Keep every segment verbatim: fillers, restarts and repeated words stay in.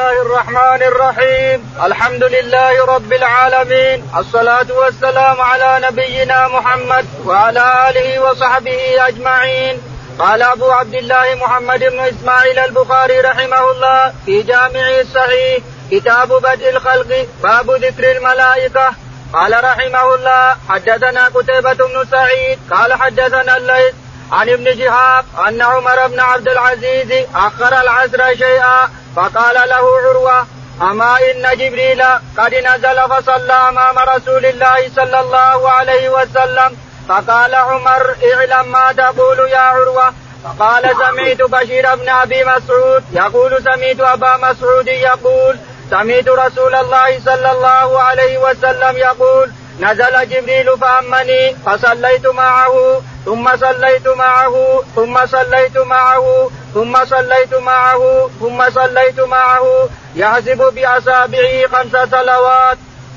الله الرحمن الرحيم. الحمد لله رب العالمين، الصلاة والسلام على نبينا محمد وعلى آله وصحبه أجمعين. قال أبو عبد الله محمد بن إسماعيل البخاري رحمه الله في جامعه الصحيح كتاب بدء الخلق باب ذكر الملائكة. قال رحمه الله حدثنا قتيبة بن سعيد قال حدثنا الليث عن ابن شهاب أن عمر بن عبد العزيز أخر العصر شيئا فقال له عروة: أما إن جبريل قد نزل فصلى أمام رسول الله صلى الله عليه وسلم. فقال عمر: اعلم ما تقول يا عروة. فقال: سمعت بشير بن أبي مسعود يقول سمعت أبا مسعود يقول سمعت رسول الله صلى الله عليه وسلم يقول: نزل جبريل فأمني فصليت معه ثم صليت معه ثم صليت معه ثم صليت معه ثم صليت معه يحسب بأصابعه خمس صلوات.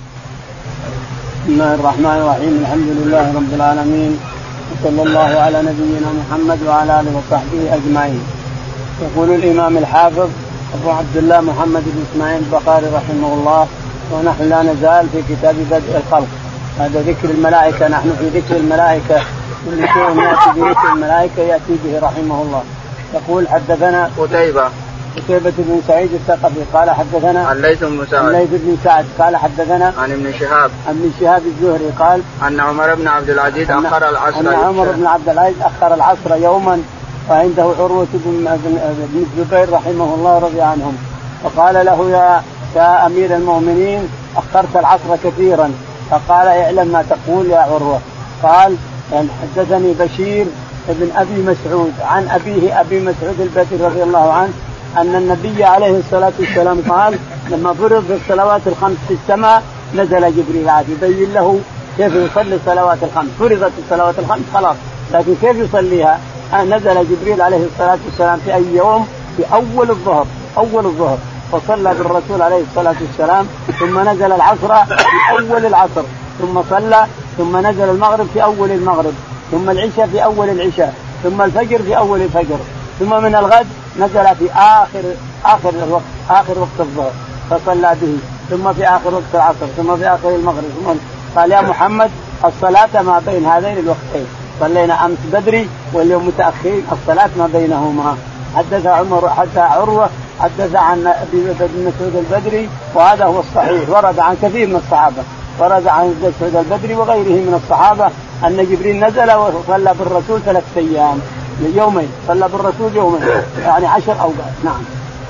بسم الله الرحمن الرحيم. الحمد لله رب العالمين، وصلى الله على نبينا محمد وعلى آله وصحبه أجمعين. يقول الإمام الحافظ أبو عبد الله محمد بن إسماعيل البخاري رحمه الله: ونحن لا نزال في كتاب بدء الخلق. هذا ذكر الملائكة، نحن في ذكر الملائكة، كل شيء يأتي بذكر الملائكة يأتي به رحمه الله. يقول حدثنا قتيبة قتيبة بن سعيد الثقفي قال حدثنا الليث بن سعد الليث بن سعد قال حدثنا عن ابن شهاب عن ابن شهاب الزهري قال أن عمر بن عبد العزيز أخر العصر أن عمر بن عبد العزيز أخر العصر يوما وعنده عروة بن الزبير رحمه الله رضي عنهم، فقال له: يا يا أمير المؤمنين أخرت العصر كثيرا. فقال: اعلم ما تقول يا عروة. قال: حدثني بشير ابن أبي مسعود عن أبيه أبي مسعود البدري رضي الله عنه أن النبي عليه الصلاة والسلام قال: لما فرض الصلوات الخمس في السماء نزل جبريل عاد يبين له كيف يصلي الصلوات الخمس. فرضت الصلوات الخمس خلاص، لكن كيف يصليها؟ نزل جبريل عليه الصلاة والسلام في أي يوم؟ في أول الظهر أول الظهر فصلى بالرسول عليه الصلاة والسلام، ثم نزل العصر في أول العصر، ثم صلى، ثم نزل المغرب في أول المغرب، ثم العشاء في أول العشاء، ثم الفجر في أول الفجر، ثم من الغد نزل في آخر آخر الوقت آخر وقت الظهر فصلى به، ثم في آخر وقت العصر، ثم في آخر المغرب. ثم قال: يا محمد الصلاة ما بين هذين الوقتين، صلينا أمس بدري واليوم متأخرين، الصلاة ما بينهما. حدث عمر حتى عروة حدث عن أبي بن مسعود البدري، وهذا هو الصحيح، ورد عن كثير من الصحابة، ورد عن ابن مسعود البدري وغيره من الصحابة أن جبريل نزل وصلى بالرسول ثلاث أيام يومين، صلى بالرسول يومين يعني عشر أوقات. نعم.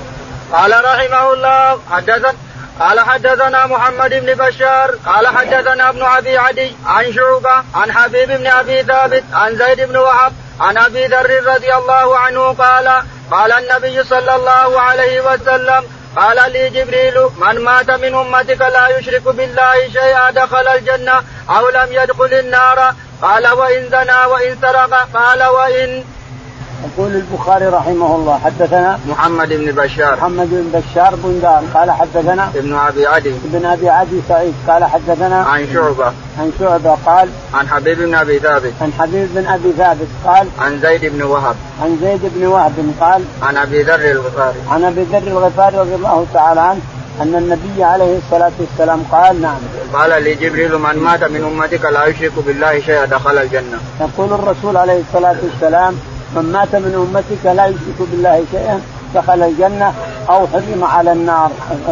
قال رحمه الله حدثنا قال حدثنا محمد بن بشار قال حدثنا ابن أبي عدي عن شعبة عن حبيب بن أبي ثابت عن زيد بن وهب عن أبي ذر رضي الله عنه قال: قال النبي صلى الله عليه وسلم: قال لي جبريل: من مات من أمتك لا يشرك بالله شيئا دخل الجنة أو لم يدخل النار. قال: وإن زنى وإن سرق. قال: وإن. يقول البخاري رحمه الله حدثنا محمد بن بشار محمد بن بشار بن دار قال حدثنا ابن أبي عدي ابن أبي عدي سعيد قال حدثنا عن شعبة عن شعبة قال عن حبيب بن أبي ثابت عن حبيب بن أبي ثابت قال عن زيد بن وهب عن زيد بن وهب قال عن أبي ذر الغفاري عن أبي ذر الغفاري رضي الله تعالى عنه أن النبي عليه الصلاة والسلام قال: نعم. قال لي جبريل: من مات من أمتك لا يشرك بالله شيئا دخل الجنة. يقول الرسول عليه الصلاة والسلام: من مات من أمتك لا يشرك بالله شيئا دخل الجنة أو حرم على النار.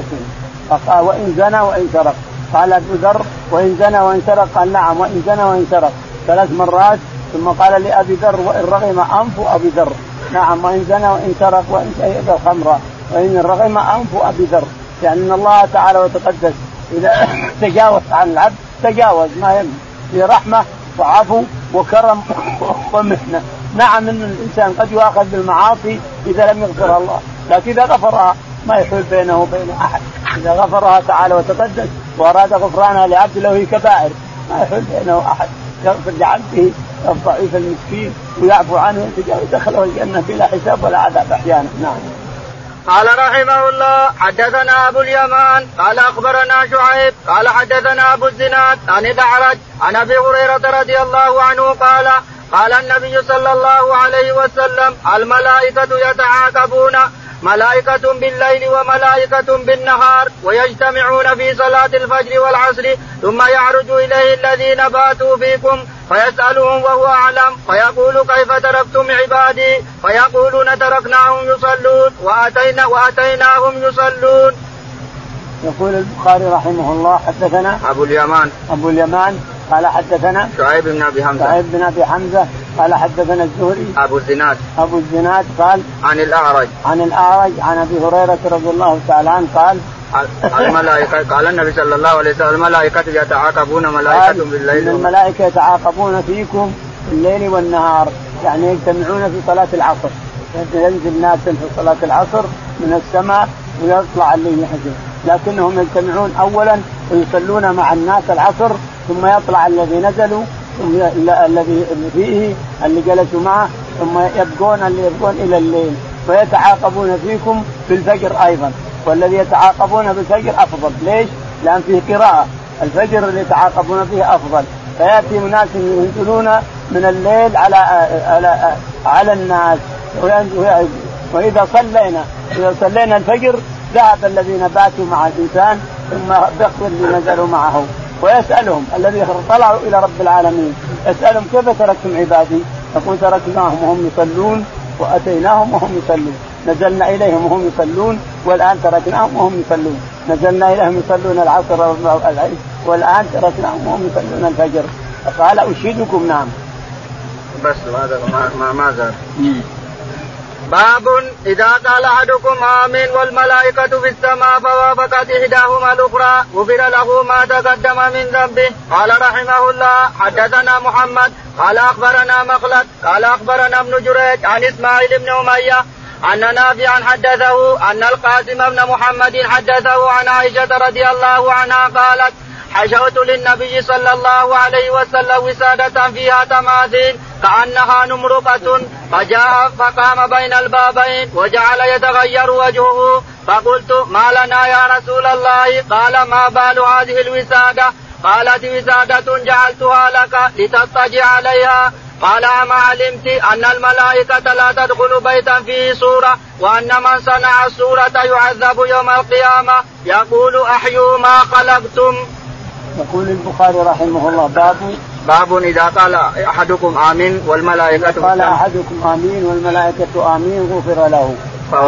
فقال: وإن زنى وإن سرق. قال أبو ذر: وإن زنى وإن سرق. قال: نعم، وإن زنى وإن سرق ثلاث مرات. ثم قال لأبي ذر: وإن رغم أنف أبي ذر. نعم، وإن زنى وإن سرق وإن شرب الخمر وإن رغم أنف أبي ذر. يعني أن الله تعالى وتقدس إذا تجاوز عن العبد تجاوز ما يم برحمة وعفو وكرم ومحنة. نعم ان الانسان قد يؤاخذ بالمعاصي اذا لم يغفرها الله، لكن اذا غفرها ما يحول بينه وبين احد. اذا غفرها تعالى وتقدس واراد غفرانها لعبد له كبائر ما يحول بينه احد، يغفر لعبده الضعيف المسكين ويعفو عنه ويدخله الجنه بلا حساب ولا عذاب احيانا. نعم. قال رحمه الله حدثنا أبو اليمان قال أخبرنا شعيب قال حدثنا أبو الزناد عن الأعرج عن أبي هريرة رضي الله عنه قال: قال النبي صلى الله عليه وسلم: الملائكة يتعاقبون ملائكة بالليل وملائكة بالنهار ويجتمعون في صلاة الفجر والعصر ثم يعرج إليه الذين باتوا فيكم فيسألهم وهو أعلم فيقول كيف تركتم عبادي فيقولون تركناهم يصلون وأتينا وأتيناهم يصلون. يقول البخاري رحمه الله حدثنا أبو اليمان أبو اليمان قال حدثنا شعيب بن أبي حمزة شعيب بن أبي حمزة قال حدثنا الزهري أبو الزناد أبو الزناد قال عن الأعرج عن الأعرج عن أبي هريرة رضي الله تعالى عنه قال الملائكة قال النبي صلى الله عليه وسلم الملائكة يتعاقبون ملائكة بالليل الملائكة يتعاقبون فيكم بالليل والنهار يعني يجتمعون في صلاة العصر ينزل ناس في صلاة العصر من السماء ويطلع الليل يحجب لكنهم يجتمعون أولا ويصلون مع الناس العصر ثم يطلع الذي نزلوا الذي فيه اللي جلسوا معه ثم يبقون اللي يبقون إلى الليل ويتعاقبون فيكم بالفجر أيضا والذي يتعاقبون بالفجر أفضل. ليش؟ لأن فيه قراءة الفجر اللي يتعاقبون فيه أفضل فيأتي ناس ينزلون من الليل على على على الناس وإذا صلينا إذا صلينا الفجر ذهب الذين باتوا مع الإنسان ثم بقوا اللي نزلوا معه ويسألهم الذي طلعوا إلى رب العالمين يسألهم كيف تركتم عبادي يقول تركناهم وهم يصلون وأتيناهم وهم يصلون نزلنا إليهم وهم يصلون والآن تركناهم وهم يصلون نزلنا إليهم يصلون العصر والآن تركناهم وهم يصلون الفجر. فقال أشهدكم نعم بس هذا ما ما زال. باب إذا قال أحدكم آمين والملائكة في السماء فوافقت إحداهما الأخرى غفر له ما تقدم من ذنبه. قال رحمه الله حدثنا محمد قال أخبرنا مخلد قال أخبرنا ابن جريج عن إسماعيل بن أمية أن نافعا حدثه أن القاسم بن محمد حدثه عن عائشة رضي الله عنها قالت حشوت للنبي صلى الله عليه وسلم وسادة فيها تماثيل كأنها نمرقة فجاء فقام بين البابين وجعل يتغير وجهه فقلت ما لنا يا رسول الله؟ قال ما بال هذه الوسادة؟ قالت وسادة جعلتها لك لتضطجع عليها. قال أما علمت أن الملائكة لا تدخل بيتا فيه صورة وأن من صنع الصورة يعذب يوم القيامة يقول أحيوا ما خلقتم. يقول البخاري رحمه الله باب باب إذا قال أحدكم آمين والملائكة قال أحدكم آمين والملائكة آمين غفر له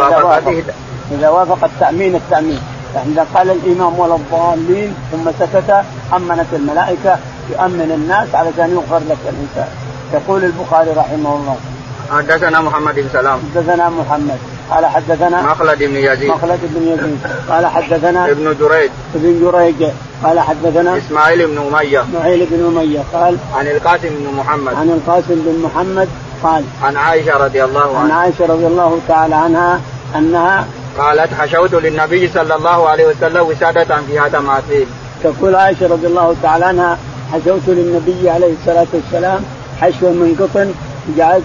إذا وافق التأمين التأمين يعني إذا قال الإمام ولا الضالين ثم سكت أمنت الملائكة يؤمن الناس على أن يغفر لك الإنسان. يقول البخاري رحمه الله حدثنا محمد بن سلام حدثنا محمد قال حدثنا مخلد بن يزيد مخلد بن يزيد قال حدثنا ابن جريج ابن جريج قال حدثنا إسماعيل بن أمية إسماعيل بن أمية قال عن القاسم بن محمد عن القاسم بن محمد قال عن عائشة رضي الله عنها عن عائشة رضي الله تعالى عنها أنها قالت حشوت للنبي صلى الله عليه وسلم وسادة فيها تماثيل. تقول عائشة رضي الله تعالى عنها حشوت للنبي عليه الصلاة والسلام حشو من قطن جعلت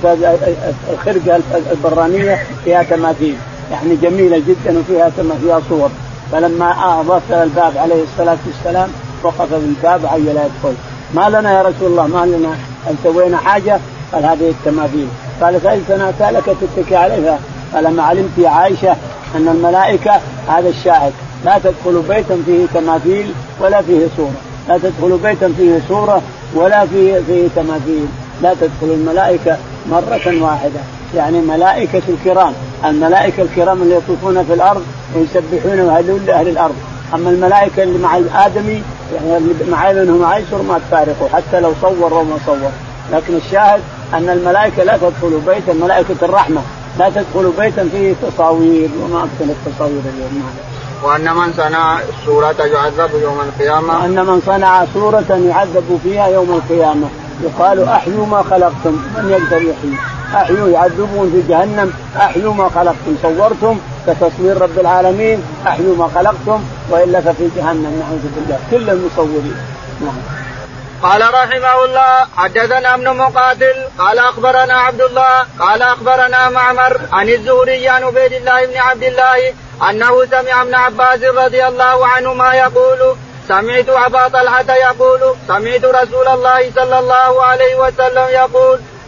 الخرقة البرانية فيها تماثيل يعني جميلة جدا وفيها فيها صور. فلما أضاف الباب عليه الصلاة والسلام وقف بالباب عيل يدخل. ما لنا يا رسول الله ما لنا أن سوينا حاجة؟ قال هذه التماثيل. قال سألتنا سألك تتكي عليها. قال ما علمت يا عائشة أن الملائكة هذا الشاهد لا تدخل بيتا فيه تماثيل ولا فيه صورة لا تدخل بيتا فيه صورة ولا فيه, فيه تماثيل لا تدخل الملائكة مرة واحدة يعني ملائكة الكرام الملائكة الكرام اللي يطوفون في الأرض ويسبحون ويهللون لأهل الأرض. أما الملائكة اللي مع الآدمي يعني اللي مع ابنهم عيسر ما تفارقوا حتى لو صور وما صور. لكن الشاهد أن الملائكة لا تدخل بيتا ملائكة الرحمة لا تدخل بيتا فيه تصاوير وما أكثر التصاوير اليوم. وأن من صنع صورة يعذب يوم القيامة وأن من صنع صورة يعذب فيها يوم القيامة. يقال أحيوا ما خلقتم من يقدر يحيي أحيوا يعذبون في جهنم أحيوا ما خلقتم صورتم كتصوير رب العالمين أحيوا ما خلقتم وإلا ففي جهنم نعوذ بالله كل المصورين. نعم. قال رحمه الله حدثنا ابن مقاتل قال أخبرنا عبد الله قال أخبرنا معمر عن الزهري عن عبيد الله بن عبد الله أنه سمع ابن عباس رضي الله عنهما يقول سمعت أبا طلحة يقول سمعت رسول الله صلى الله عليه وسلم يقول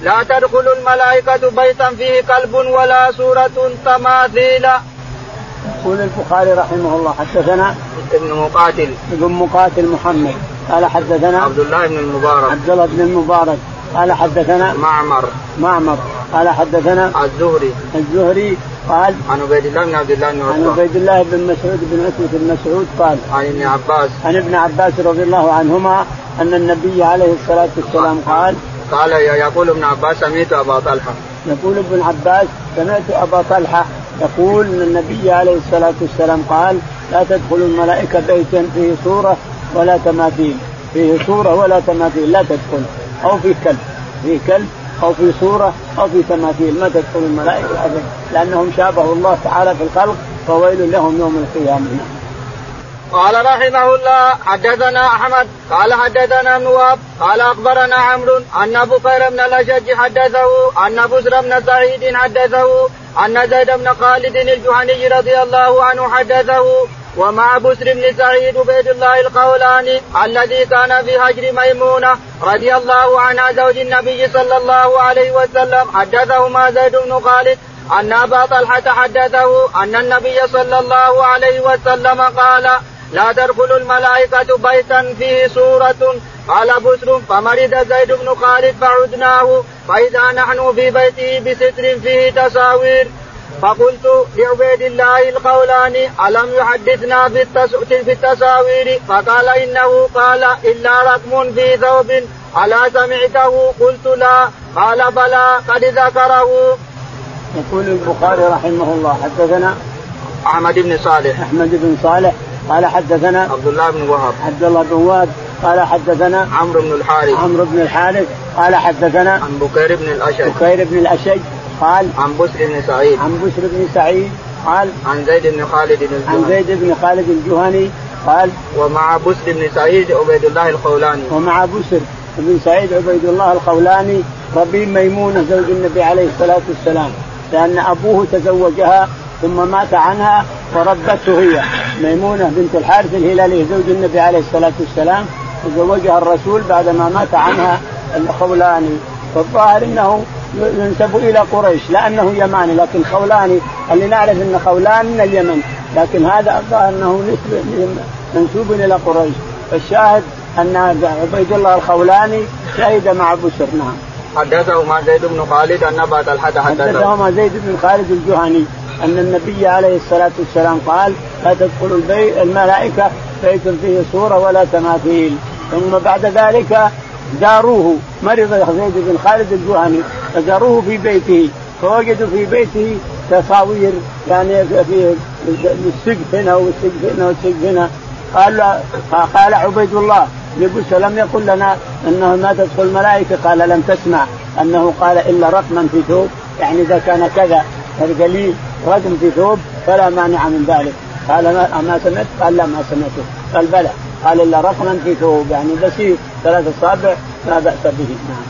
لا تدخل الملائكة بيتا فيه كلب ولا سورة تماثيل. يقول البخاري رحمه الله حدثنا ابن مقاتل ابن مقاتل محمد قال حدثنا عبد الله بن المبارك عبد الله بن المبارك قال حدثنا معمر معمر قال حدثنا الزهري الزهري قال عن عبيد الله بن عبد الله بن عن عبيد الله بن مسعود بن عتبة بن مسعود قال عن ابن عباس عن ابن عباس رضي الله عنهما أن النبي عليه الصلاة والسلام قال قال يقول ابن عباس سمعت أبا طلحة يقول ابن عباس سمعت أبا طلحة يقول أن النبي عليه الصلاة والسلام قال لا تدخل الملائكة بيتا فيه صورة ولا تماثيل فيه صورة ولا تماثيل لا تدخل أو في كلب في كلب أو في صورة أو في تماثيل ما تدخل الملائكة أبدا لأنهم شابهوا الله تعالى في الخلق فويل لهم يوم القيامة. قال رحمه الله حدثنا أحمد قال حدثنا ابن وهب قال أخبرنا عمرو أن بكير بن الأشج حدثه أن بسر بن سعيد حدثه أن زيد بن خالد الجهني رضي الله عنه حدثه ومع بسر بن سعيد عبيد الله القولاني الذي كان في هجر ميمونة رضي الله عنها زوج النبي صلى الله عليه وسلم حدثهما زيد بن خالد أن أبا طلحة حدثه أن النبي صلى الله عليه وسلم قال لا تدخل الملائكة بيتا فيه سورة. قال بسر فمرض زيد بن خالد فعدناه فإذا نحن في بيته بستر فيه تصاوير فقلت لعبيد الله القولاني ألم يحدثنا في التصاوير فقال إنه قال إلا رقم في ثوب ألا سمعته قلت لا قال بلى قد ذكره. يقول البخاري رحمه الله حدثنا أحمد بن صالح أحمد بن صالح قال حدثنا عبد الله بن وهب عبد الله بن وهب قال حدثنا عمرو بن الحارث عمرو بن الحارث قال حدثنا عن بكير بن الأشج بكير بن الأشج قال عن بسر بن سعيد عن بسر بن سعيد قال عن زيد بن خالد الجهني عن زيد بن خالد الجهني قال ومع بسر بن سعيد عبيد الله القولاني ومع بسر بن سعيد عبيد الله القولاني ربيب ميمونة زوج النبي عليه الصلاة والسلام لأن أبوه تزوجها ثم مات عنها وربته هي ميمونة بنت الحارث الهلالي زوج النبي عليه الصلاة والسلام تزوجها الرسول بعدما مات عنها الخولاني. فالظاهر انه ينسب الى قريش لانه يماني لكن خولاني اللي نعرف ان خولان من اليمن لكن هذا الظاهر انه منسوب الى قريش. فالشاهد ان عبيد الله الخولاني شهد مع بسر. نعم. حدثه ما زيد بن خالد ان ابا طلحه حدثه ما زيد بن خالد الجهني أن النبي عليه الصلاة والسلام قال لا تدخل البيت الملائكة بيت فيه صورة ولا تماثيل. ثم بعد ذلك زاروه مرض زيد بن خالد الجهني فزاروه في بيته فوجدوا في بيته تصاوير يعني في السقف هنا والسقف هنا والسقف هنا. قال قال عبيد الله لبسر لم يقل لنا أنه ما تدخل الملائكة قال لم تسمع أنه قال إلا رقما في ثوب يعني إذا كان كذا القليل رقم في ثوب فلا مانع من ذلك. قال ما سمعت قال لا ما سمعته قال بلى قال إلا رقما في ثوب يعني بسيط ثلاث أصابع لا بأس به. نعم.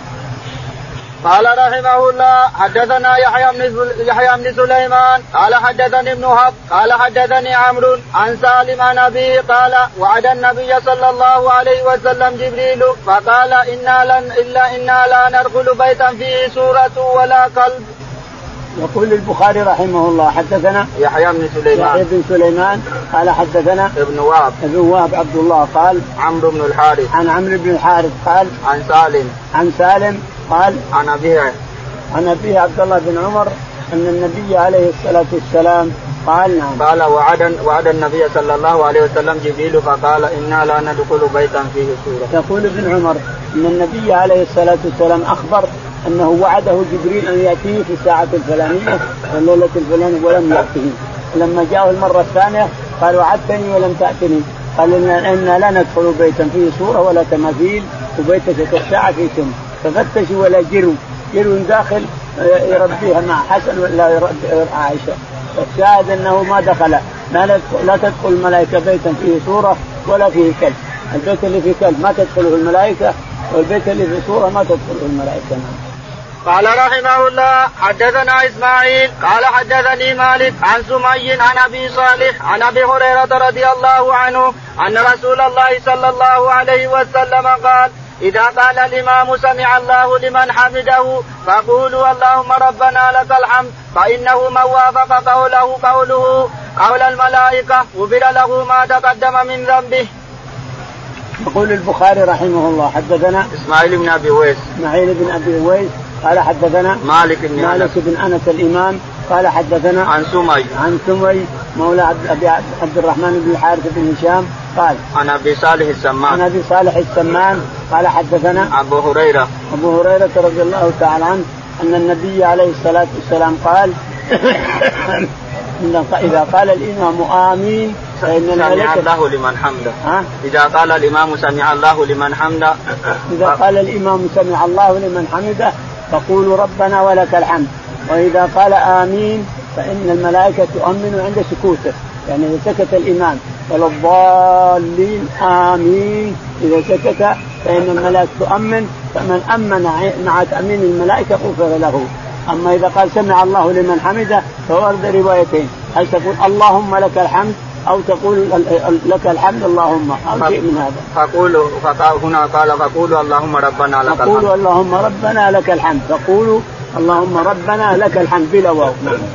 قال رحمه الله حدثنا يحيى بن يحيى بن سليمان قال حدثني ابن وهب قال حدثني عمرو عن سالم عن أبيه قال وعد النبي صلى الله عليه وسلم جبريل فقال إنا لن إلا إنا لا ندخل بيتا فيه سورة ولا كلب. يقول البخاري رحمه الله حدثنا يحيى بن سليمان يحيى بن سليمان قال حدثنا ابن وهب ابن وهب عبد الله قال عمرو بن الحارث عن عمرو بن الحارث قال عن سالم عن سالم قال عن أبيه عن أبيه عبد الله بن عمر أن النبي عليه الصلاة والسلام قال نعم قال وعد وعد النبي صلى الله عليه وسلم جبريل فقال إنا لا ندخل بيتا فيه سورة. يقول ابن عمر أن النبي عليه الصلاة والسلام أخبر أنه وعده جبريل أن يأتيه في الساعة الفلانية والليلة الفلانية ولم يأتيه. لما جاءه المرة الثانية قال وعدتني ولم تأتني قال إنا لا ندخل بيتا فيه صورة ولا تماثيل وبيتك كالساعة في تم ففتشوا ولا جروا جروا داخل يربيها مع حسن ولا يربي عائشة. الشاهد أنه ما دخل لا تدخل الملائكة بيتا فيه صورة ولا فيه كلب. البيت اللي فيه كلب ما تدخله الملائكة والبيت اللي فيه صورة ما تدخله الملائكة. قال رحمه الله حدثنا إسماعيل قال حدثني مالك عن سمي عن أبي صالح عن أبي هريرة رضي الله عنه أن رسول الله صلى الله عليه وسلم قال إذا قال الإمام سمع الله لمن حمده فقولوا اللهم ربنا لك الحمد فإنه من وافق قوله قوله قول الملائكة غفر له ما تقدم من ذنبه. يقول البخاري رحمه الله حدثنا إسماعيل بن أبي ويس إسماعيل بن أبي ويس قال حدثنا مالك بن مالك بن أنس الإمام قال حدثنا عن سمي عن سمي مولى عبد, عبد الرحمن بن الحارث بن هشام قال عن أبي صالح السمان عن أبي صالح السمان قال حدثنا أبو هريرة أبو هريرة رضي الله تعالى عنه أن النبي عليه الصلاة والسلام قال إذا قال الإمام آمين فإن سمع الله لمن حمده. ها؟ إذا قال الإمام سمع الله لمن حمده إذا قال الإمام سمع الله لمن حمده فقولوا ربنا ولك الحمد. وإذا قال آمين فإن الملائكة تؤمن عند سكوته، يعني إذا سكت الإمام ولا الضالين آمين إذا سكت فإن الملائكة تؤمن، فمن أمن مع تأمين الملائكة غفر له. أما إذا قال سمع الله لمن حمده فورد روايتين، هل تقول اللهم لك الحمد أو تقول لك الحمد اللهم أو شيء من هذا. فقولوا هنا قال فقولوا اللهم ربنا لك الحمد فقولوا اللهم ربنا لك الحمد فقولوا اللهم ربنا لك الحمد بلا واو.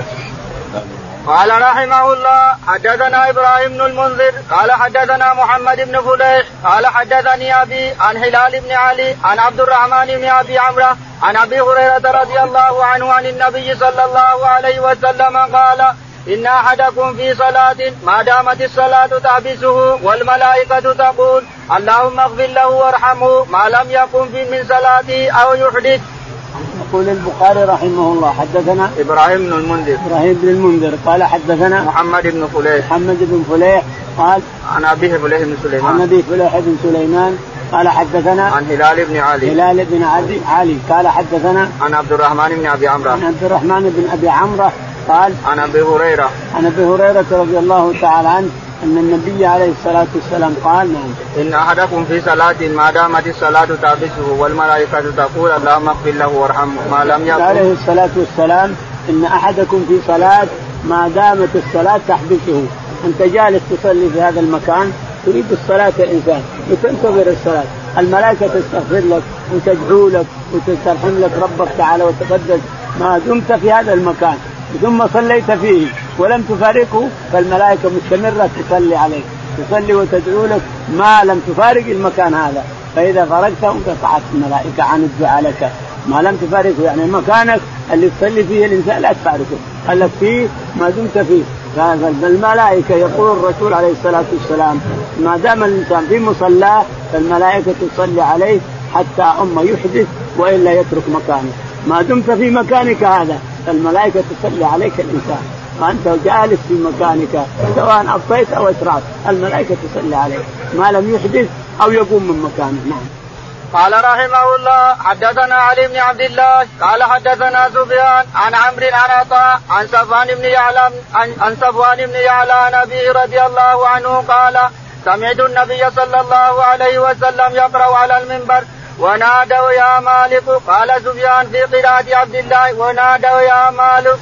قال رحمه الله حدثنا إبراهيم بن المنذر قال حدثنا محمد بن فليح قال حدثني أبي عن هلال بن علي عن عبد الرحمن بن أبي عمرو عن أبي هريرة رضي الله عنه عن النبي صلى الله عليه وسلم قال إن أحدكم في صلاة ما دامت الصلاة تحبسه والملائكة تقول اللهم اغفر له وارحمه ما لم يكن في من صلاته أو يحدث. يقول البخاري رحمه الله حدثنا إبراهيم بن المنذر إبراهيم بن المنذر قال حدثنا محمد بن فليح محمد بن فليح قال عن أبيه فليح بن سليمان عن أبي فليح بن سليمان قال حدثنا عن هلال بن علي هلال بن علي, علي قال حدثنا عن عبد الرحمن بن أبي عمرو عن عبد الرحمن بن أبي عمرو قال عن أبي هريرة عن أبي هريرة رضي الله تعالى عنه أن النبي عليه الصلاة والسلام قال إن أحدكم في صلاة ما دامت الصلاة تحبسه والملائكة تقول اللهم اغفر له وارحمه ما لم يكن. عليه الصلاة والسلام إن أحدكم في صلاة ما دامت الصلاة تحبسه، أنت جالس تصلي في هذا المكان تريد الصلاة الإنسان وتنتظر الصلاة، الملائكة تستغفر لك وتدعو لك وتسترحم لك ربك تعالى وتقدس ما دمت في هذا المكان، ثم صليت فيه ولم تفارقه فالملائكة مستمرة تصلي عليك تصلي وتدعو لك ما لم تفارق المكان هذا، فإذا فارقته انقطعت الملائكة عن الدعاء لك ما لم تفارقه، يعني مكانك اللي تصلي فيه الإنسان لا تفارقه قال فيه ما دمت فيه. فالملائكة يقول الرسول عليه الصلاة والسلام ما دام الإنسان في مصلاه فالملائكة تصلي عليه حتى أما يحدث وإلا يترك مكانه، ما دمت في مكانك هذا الملائكة تصلي عليك الإنسان وأنت جالس في مكانك سواء أبطيت أو أسرعت الملائكة تصلي عليك ما لم يحدث أو يقوم من مكانه. نعم. قال رحمه الله حدثنا علي بن عبد الله قال حدثنا سفيان عن عمرو عن عطاء عن صفوان بن يعلى عن صفوان بن يعلى عن أبيه رضي الله عنه قال سمعت النبي صلى الله عليه وسلم يقرأ على المنبر ونادوا يا مالك. قال سفيان في قراءة عبد الله ونادوا يا مالك.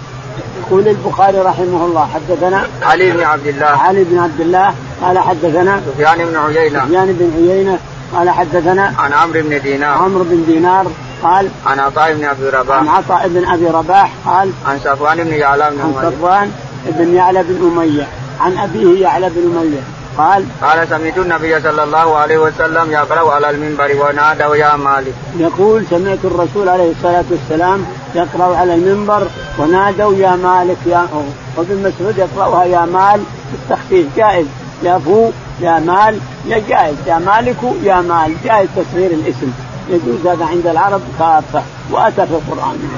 يقول البخاري رحمه الله حدثنا علي بن عبد الله علي بن عبد الله قال حدثنا سفيان بن عيينة سفيان بن عيينة قال حدثنا عن عمرو بن دينار عمرو بن دينار قال عن عطاء بن أبي رباح عن عطاء بن أبي رباح قال عن صفوان بن يعلى بن عن صفوان بن يعلى بن أمية عن أبيه يعلى بن أمية قال قال سمعت النبي صلى الله عليه وسلم يقرأ على المنبر ونادوا يا مالك. يقول سمعت الرسول عليه الصلاة والسلام يقرأ على المنبر ونادوا يا مالك يا أو وابن مسعود يقرأها يا مال بالتخفيف جائز يا فو يا مال يا جائز يا مالك يا مال جائز تصغير الاسم يجوز هذا عند العرب كافة وأتى في القرآن.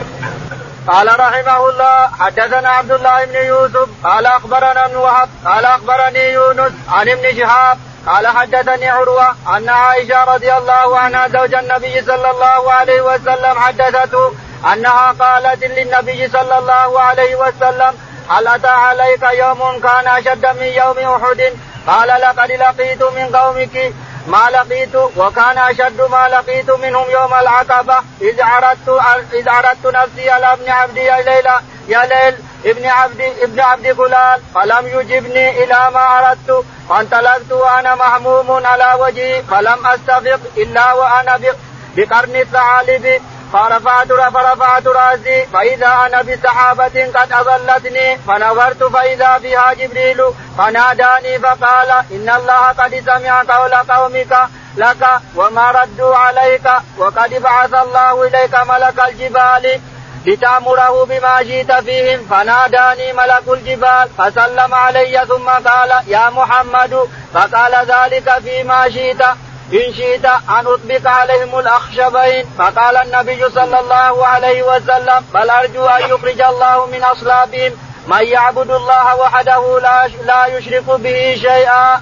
قال رحمه الله حدثنا عبد الله بن يوسف قال أخبرنا ابن وهب قال أخبرني يونس عن ابن شهاب قال حدثني عروة أن عائشة رضي الله عنها زوج النبي صلى الله عليه وسلم حدثته أنها قالت للنبي صلى الله عليه وسلم هل أتى عليك يوم كان أشد من يوم أحد؟ قال لقد لقيت من قومك ما لقيت وكان أشد ما لقيت منهم يوم العقبة إذ عرضت إذ عرضت نفسي على ابن عبدي يا ليلى يا ليل ابن عبد ابن عبد غلال فلم يجبني إلى ما أردت فانطلقت وأنا مهموم على وجهي فلم أستفق إلا وأنا بقرن الثعالب فرفعت فرفعت رأسي فإذا أنا بسحابة قد أظلتني فنظرت فإذا فيها جبريل فناداني فقال إن الله قد سمع قول قومك لك وما ردوا عليك وقد بعث الله إليك ملك الجبال لتأمره بما جئت فيهم فناداني ملك الجبال فسلم علي ثم قال يا محمد فقال ذلك فيما شئت إن شئت أن أطبق عليهم الأخشبين فقال النبي صلى الله عليه وسلم بل أرجو أن يخرج الله من أصلابهم من يعبد الله وحده لا يشرك به شيئا.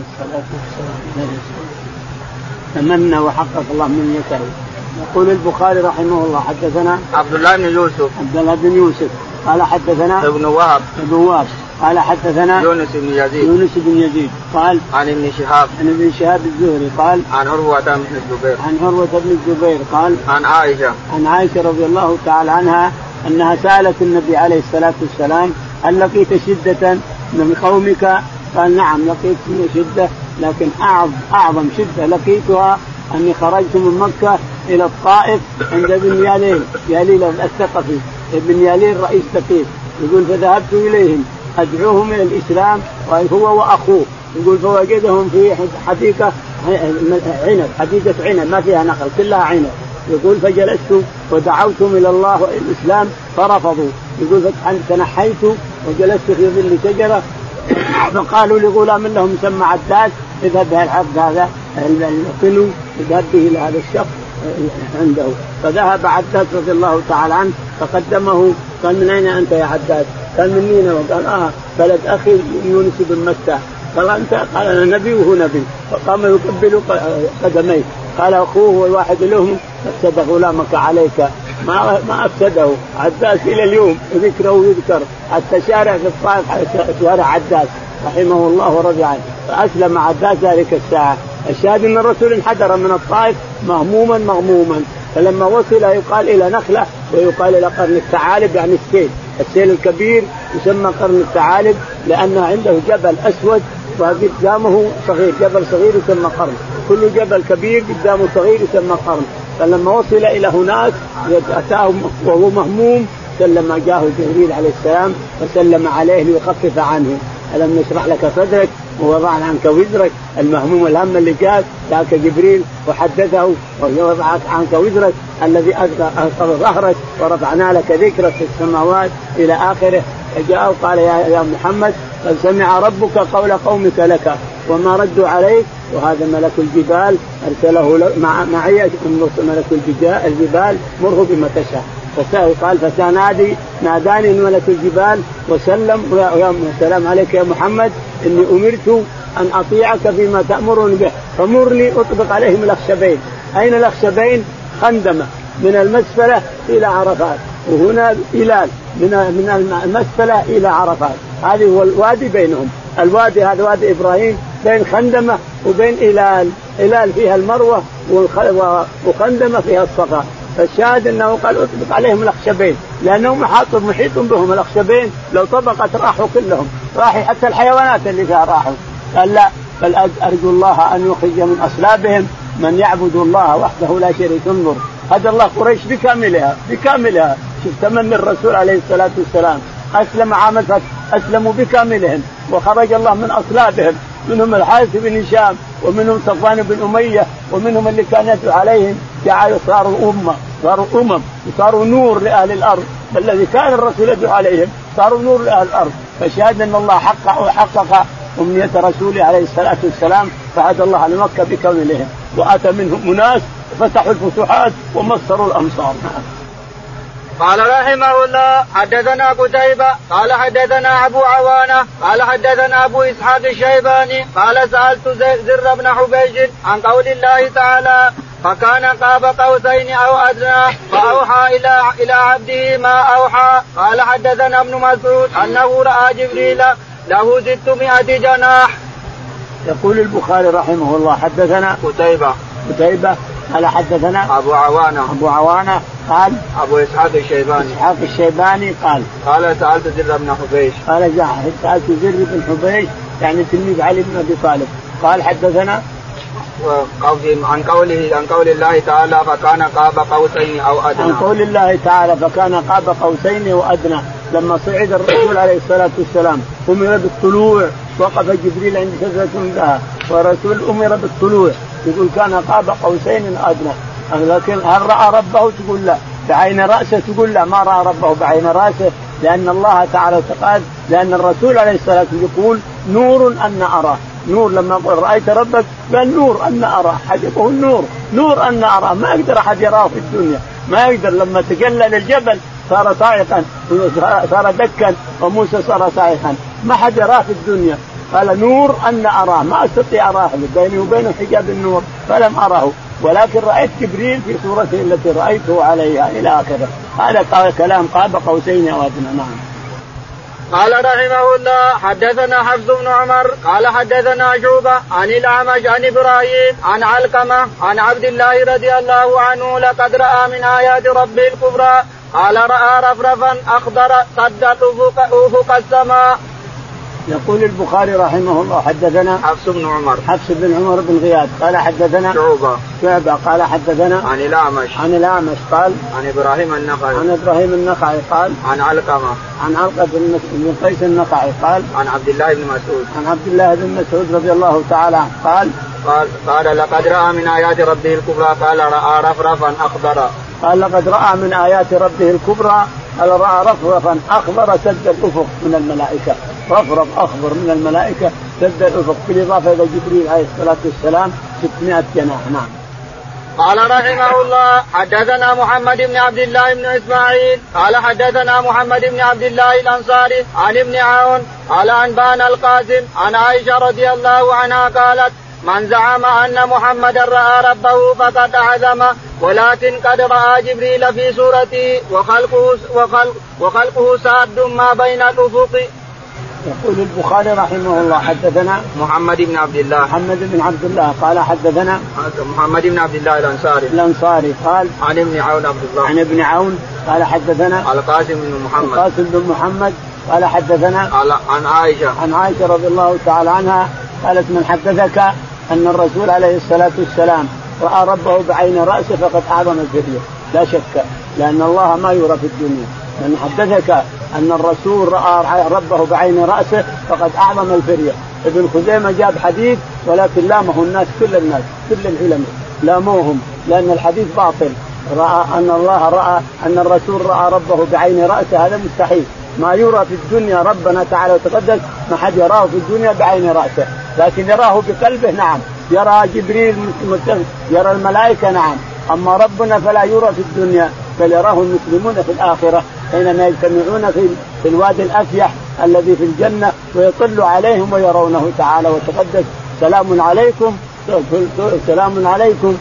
تمنى وحقق الله من يسره. يقول البخاري رحمه الله حدثنا عبد الله بن يوسف عبد الله بن يوسف قال حدثنا ابن وهب ابن وهب قال حدثنا يونس بن يزيد يونس بن يزيد قال عن ابن شهاب عن ابن شهاب الزهري قال عن عروة بن الزبير عن عروة بن الزبير قال عن عائشة عن عائشة رضي الله تعالى عنها أنها سألت النبي عليه الصلاة والسلام هل لقيت شدة من قومك؟ قال نعم لقيت شدة لكن أعظم شدة لقيتها أني خرجت من مكة إلى الطائف عند ابن ياليل ياليل الثقفي ابن ياليل رئيس ثقيف يقول فذهبت إليهم أدعوهم إلى الإسلام وهو وأخوه يقول فوجدهم في حديقة عنب حديقة عنب ما فيها نخل كلها عنب يقول فجلست ودعوتهم إلى الله والإسلام فرفضوا يقول فتنحيت وجلست في ظل شجرة فقالوا لغلام لهم مسمى عداد اذهب بالعبد هذا القنو اذهب به إلى هذا الشخص عنده فذهب عداد رضي الله تعالى عنه فقدمه قال من أين أنت يا عداد؟ قال من مين؟ وقال آه بلد أخي يونس بن متى. قال أنت؟ قال أنا نبي وهو نبي. فقام يقبل قدميه قال أخوه والواحد لهم أفسد غلامك عليك ما ما أفسده. عداد إلى اليوم ذكره ويذكر حتى شارع في الطائف شارع عداد رحمه الله ورضي عنه فأسلم عداد ذلك الساعة. الشاهد أن الرسول انحدر من الطائف مهموما مغموما فلما وصل يقال إلى نخلة ويقال إلى قرن الثعالب يعني السيل السيل الكبير يسمى قرن الثعالب لأنه عنده جبل أسود وقدامه صغير جبل صغير يسمى قرن كل جبل كبير قدامه صغير يسمى قرن. فلما وصل إلى هناك أتاه وهو مهموم سلم جاءه جبريل عليه السلام فسلم عليه ليخفف عنه ألم نشرح لك صدرك ووضعنا عنك وزرك المهموم الهم اللي جاء ذاك جبريل وحدثه ووضع عنك وزرك الذي أنقض ظهرك ورفعنا لك ذكرك في السماوات إلى آخره. جاء وقال يا, يا محمد قد سمع ربك قول قومك لك وما ردوا عليك وهذا ملك الجبال أرسله مع معي ملك الجبال مره بما تشاء. قال فسنادي ناداني ملك الجبال وسلم يا سلام عليك يا محمد إني أمرت أن أطيعك فيما تأمرني به فمر لي أطبق عليهم الأخشبين. أين الأخشبين؟ خندمة من المسفلة إلى عرفات وهنا إلال من المسفلة إلى عرفات هذه هو الوادي بينهم الوادي هذا وادي إبراهيم بين خندمة وبين إلال إلال فيها المروة وخندمة فيها الصفا. فالشاهد أنه قال أطبق عليهم الأخشبين لأنهم محاط محيط بهم الأخشبين لو طبقت راحوا كلهم راحوا حتى الحيوانات اللي فيها راحوا. قال لا بل أرجو الله أن يخرج من أصلابهم من يعبد الله وحده لا شريك له. هذا الله قريش بكاملها بكاملها شوف تمنى الرسول عليه الصلاة والسلام أسلم عام الفتح أسلموا بكاملهم وخرج الله من أصلابهم منهم الحارث بن هشام ومنهم صفوان بن أمية ومنهم اللي كان يدعو عليهم جعلوا صاروا أمة صاروا أمم وصاروا نور لأهل الأرض الذي كان الرسول يدعو عليهم صاروا نور لأهل الأرض. فشاهد أن الله حقق وحقق أمنية رسوله عليه الصلاة والسلام فهدى الله على مكة بكاملهم وأتى منهم أناس فتحوا الفتوحات ومصروا الأمصار. قال رحمه الله حدثنا قتيبة قال حدثنا أبو عوانة قال حدثنا أبو إسحاق الشيباني قال سألت زر بن حبيش عن قول الله تعالى فكان قاب قوسين أو أدنى فأوحى إلى إلى عبده ما أوحى. قال حدثنا ابن مسعود أنه رأى جبريل له ستمائة جناح. يقول البخاري رحمه الله حدثنا قتيبة قتيبة قال حدثنا أبو عوانة أبو عوانة قال أبو إسحاق الشيباني إسحاق الشيباني قال قال سألت زر بن حبيش قال سألت زر بن حبيش يعني تلميذ علي بن أبي طالب قال حدثنا عن قوله عن قول الله تعالى فكان قاب قوسين أو أدنى عن قول الله تعالى فكان قاب قوسين وأدنى لما صعد الرسول عليه الصلاة والسلام أمر بالطلوع وقف جبريل عند شجرة منتهى والرسول أمر بالطلوع يقول كان قاب قوسين أدنى لكن هل رأى ربه تقول لا بعين رأسه تقول لا ما رأى ربه بعين رأسه لأن الله تعالى تقال لأن الرسول عليه الصلاة والسلام يقول نور أن أراه نور لما قال رأيت ربك قال نور أن أراه حديثه النور نور أن أراه ما يقدر أحد يراه في الدنيا ما يقدر لما تجلل الجبل صار صاعقا صار دكا وموسى صار صاعقا ما حد يراه في الدنيا قال نور أن أراه ما أستطيع أراه بيني وبينه حجاب النور فلم أراه ولكن رأيت جبريل في صورته التي رأيته عليها إلى آخره هذا كلام قاب قوسين أو أدنى. نعم. قال رحمه الله حدثنا حفص بن عمر قال حدثنا شعبة عن الأعمش عن إبراهيم عن علقمة عن عبد الله رضي الله عنه لقد رأى من آيات ربه الكبرى قال رأى رفرفا أخضر صد أفق السماء. يقول البخاري رحمه الله حدثنا حفص بن عمر حفص بن عمر بن غياث قال حدثنا شعبة شعبة قال حدثنا عن الأعمش عن الأعمش قال عن إبراهيم النخعي عن إبراهيم النخعي قال عن علقمة عن علقمة بن قيس النخعي قال عن عبد الله بن مسعود عن عبد الله بن مسعود رضي الله تعالى عنه قال قال قال لقد رأى من آيات ربه الكبرى قال رأى رفرفا أخضر قال لقد رأى من آيات ربه الكبرى قال رأى رفرفا أخضر سد الأفق من الملائكة رفرف أخضر من الملائكة سد الأفق بالإضافة إلى جبريل عليه الصلاة والسلام ستمائة جناح. نعم. قال رحمه الله حدثنا محمد بن عبد الله بن إسماعيل قال حدثنا محمد بن عبد الله الأنصاري عن ابن عون قال أنبان القاسم عن عائشة رضي الله عنها قالت من زعم أن محمدا رأى ربه فقد أعظم ولكن قد رأى جبريل في صورته وخلقه, وخلق وخلقه ساد ما بين الأفق. يقول البخاري رحمه الله حدثنا محمد بن عبد الله محمد بن عبد الله قال حدثنا محمد بن عبد الله الأنصاري الأنصاري قال عن ابن عون عبد الله عن ابن عون قال حدثنا القاسم بن محمد القاسم بن محمد قال حدثنا عن عائشة عن عائشة رضي الله تعالى عنها قالت من حدثك أن الرسول عليه الصلاة والسلام رأى ربه بعين رأسه فقد أعظم الفرية لا شك لأن الله ما يرى في الدنيا. من حدثك أن الرسول رأى ربه بعين رأسه فقد أعظم الفرية. ابن خزيمة جاب حديث ولكن لامه الناس كل الناس كل العلماء لاموهم لأن الحديث باطل. رأى أن الله رأى أن الرسول رأى ربه بعين رأسه هذا مستحيل ما يرى في الدنيا ربنا تعالى وتقدس ما حد يراه في الدنيا بعين رأسه لكن يراه بقلبه. نعم يرى جبريل يرى الملائكة نعم أما ربنا فلا يرى في الدنيا بل يراه المسلمون في الآخرة حينما يجتمعون في في الوادي الأفيح الذي في الجنة ويطل عليهم ويرونه تعالى وتقدس. سلام عليكم سلام عليكم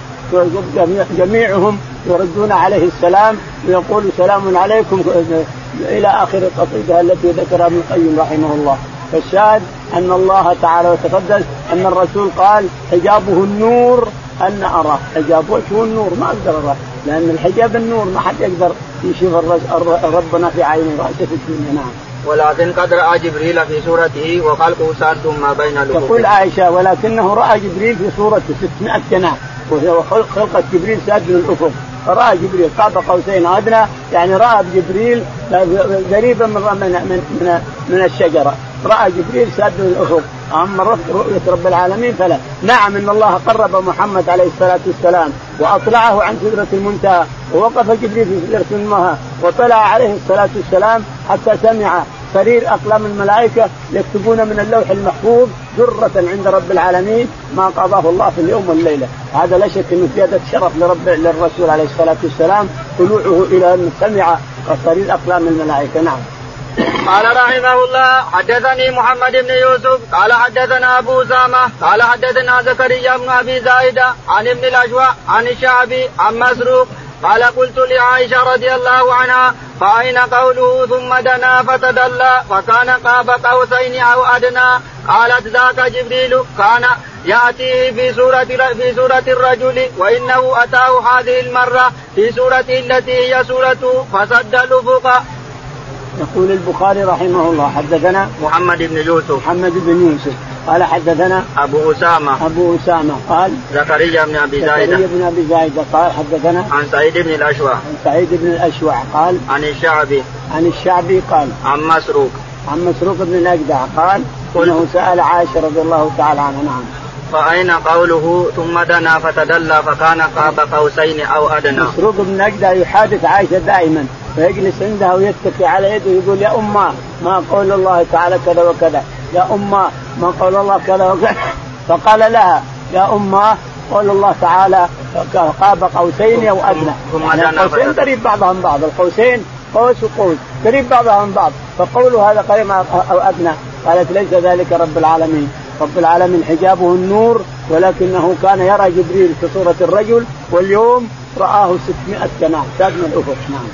جميعهم يردون عليه السلام ويقول سلام عليكم إلى آخر القصيدة التي ذكرها ابن القيم رحمه الله. فالشاهد أن الله تعالى وتقدس أن الرسول قال حجابه النور أن أراه حجاب وجهه النور ما أقدر أراه لأن الحجاب النور ما حد يقدر يشوف ربنا في عين رأسه في الدنيا. نعم. ولكن قد رأى جبريل في صورته وخلقه ساد ما بين الأفق. تقول عائشة ولكنه رأى جبريل في صورته ستمائة جناح وهو خلقة جبريل ساد من الأفق فرأى جبريل قاب قوسين أدنى يعني رأى جبريل قريبا من من من, من الشجرة رأى جبريل ساد من الأفق. أما رؤية رب العالمين فلا. نعم إن الله قرب محمد عليه الصلاة والسلام وأطلعه عن سدرة المنتهى ووقف جبريل في سدرة المنتهى وطلع عليه الصلاة والسلام حتى سمع سرير أقلام الملائكة يكتبون من اللوح المحفوظ درة عند رب العالمين ما قضاه الله في اليوم والليلة. هذا لا شك أنه زيادة شرف لرب للرسول عليه الصلاة والسلام طلوعه إلى أن سمع سرير أقلام الملائكة. نعم. قال رحمه الله حدثني محمد بن يوسف قال حدثنا أبو أسامة قال حدثنا زكريا بن أبي زايدة عن ابن الأجوع عن الشعبي عن مسروق قال قلت لعائشة رضي الله عنها فأين قوله ثم دنا فتدلى فكان قاب قوسين أو أدنى قالت ذاك جبريل كان يأتيه في سورة في سورة الرجل وإنه أتاه هذه المرة في سورة التي هي سورته فسد الأفق. يقول البخاري رحمه الله حدثنا محمد بن يوسف محمد بن يوسف قال حدثنا أبو أسامة أبو أسامة قال زكريا بن أبي زايدة زكريا بن أبي زايدة قال حدثنا عن سعيد بن الأشوع عن سعيد بن الأشوع قال عن الشعبي عن الشعبي قال عن مسروق عن مسروق بن الأجدع قال إنه سأل عائشة رضي الله تعالى عنها. نعم. فأين قوله ثم دنا فتدلى فكان قاب قوسين أو أدنى. مسروق بن الأجدع يحادث عائشة دائما فيجلس عندها ويتكي على يده ويقول يا أمه ما قول الله تعالى كذا وكذا يا أمه ما قول الله كذا وكذا. فقال لها يا أمه قول الله تعالى قاب قوسين أو أدنى. يعني القوسين قريب بعضهم بعض القوسين قوس وقوس قريب بعضهم بعض فقوله هذا قريب أو أدنى. قالت ليس ذلك رب العالمين رب العالمين حجابه النور ولكنه كان يرى جبريل في صورة الرجل واليوم رآه ستمائة جناح ساد من الأفق. نعم.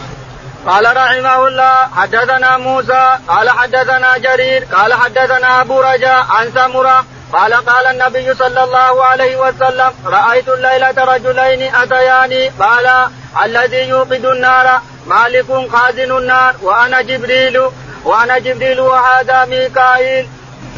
قال رحمه الله حدثنا موسى قال حدثنا جرير قال حدثنا أبو رجاء عن سمرة قال قال النبي صلى الله عليه وسلم رأيت الليلة رجلين أتياني قال الذي يوقد النار مالك خازن النار وأنا جبريل وأنا جبريل وهذا ميكائيل.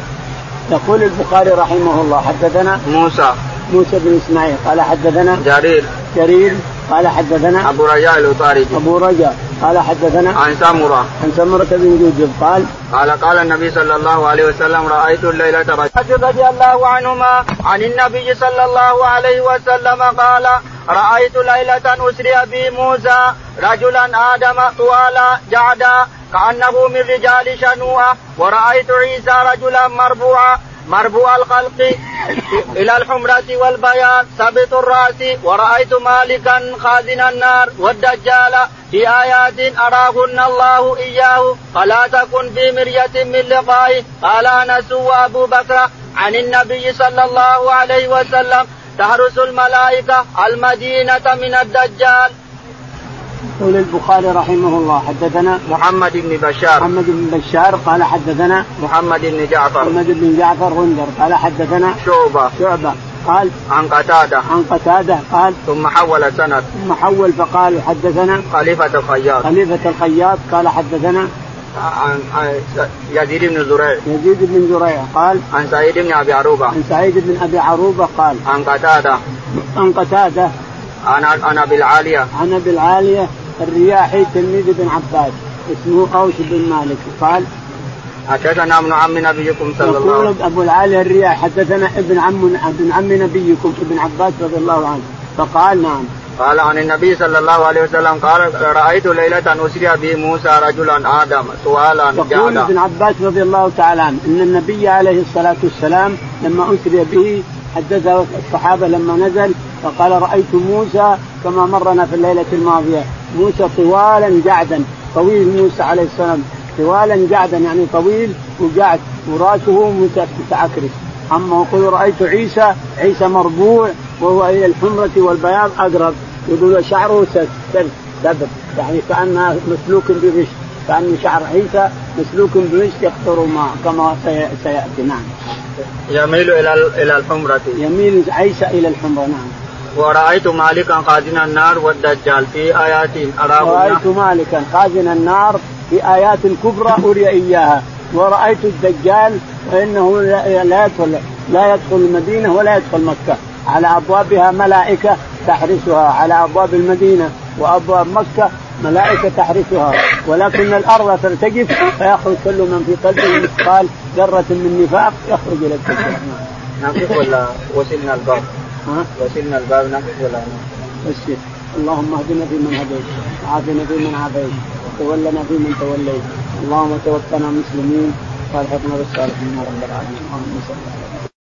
يقول البخاري رحمه الله حدثنا موسى موسى بن إسماعيل قال حدثنا جرير جرير قال حدثنا أبو رجاء الأطاردي أبو رجاء قال حدثنا عن سمرة عن سمرة بن جندب قال قال قال النبي صلى الله عليه وسلم رأيت الليلة رجل رضي الله عنهما عن النبي صلى الله عليه وسلم قال رأيت ليلة أسري بي موسى رجلا آدم طوالا جعدا كأنه من رجال شنوءة ورأيت عيسى رجلا مربوعا مربوع الخلق إلى الحمرة والبياض ثبت الرأس ورأيت مالكا خازن النار والدجال في آيات أراهن الله إياه فلا تكن في مرية من لقائه. قال أنس وأبو بكر عن النبي صلى الله عليه وسلم تحرس الملائكة المدينة من الدجال. يقول البخاري رحمه الله حدثنا محمد بن بشار محمد بن بشار قال حدثنا محمد بن جعفر محمد بن جعفر غندر قال حدثنا شعبة شعبة قال عن قتادة عن قتادة قال ثم حول سند ثم حول فقال حدثنا خليفة الخياط خليفة الخياط قال حدثنا عن يزيد بن زريع يزيد بن زريع قال عن سعيد بن أبي عروبة عن سعيد بن أبي عروبة قال عن قتادة عن قتادة عن عن أبي العالية عن أبي العالية الرياحي تلميذ بن عباس اسمه أوس بن مالك قال حدثنا ابن عم نبيكم صلى الله عليه وسلم. أبو العالية الرياحي حدثنا ابن عم ابن عم نبيكم ابن عباس رضي الله عنه فقال نعم. قال عن النبي صلى الله عليه وسلم قال رأيت ليلة أسري به موسى رجلا آدم طوالا جعدا. يقول ابن عباس رضي الله تعالى عنه إن النبي عليه الصلاة والسلام لما أسري به حدثه الصحابة لما نزل فقال رأيت موسى كما مرنا في الليلة الماضية موسى طوالا جعدا طويل موسى عليه السلام طوالا جعدا يعني طويل وجعد وراسه متعكرس. أما يقول رأيت عيسى عيسى مربوع وهو إلى الحمرة والبياض أقرب يقول شعره سبب يعني كأنه مسلوك بريش كأن شعر عيسى مسلوك بريش يقطر ما كما سيأتي. نعم. يميل إلى إلى الحمرة يميل عيسى إلى الحمرة. نعم. ورأيت مالكا خازن النار والدجال في آيات أراهن. ورأيت مالكا خازن النار في آيات كبرى أري إياها. ورأيت الدجال فإنه لا يدخل لا يدخل المدينة ولا يدخل مكة على أبوابها ملائكة تحرسها على أبواب المدينة وأبواب مكة ملائكة تحرسها ولكن الأرض ترتجف فيخرج كل من في قلبه مثقال ذرة من نفاق يخرج إلى الدجال. نقف ولا وصلنا الباب؟ ها؟ وصلنا الباب نقف ولا نقف؟ اللهم اهدنا فيمن هديت وعافنا فيمن عافيت وتولنا فيمن توليت اللهم توفنا مسلمين والحقنا بالصالحين يا رب العالمين.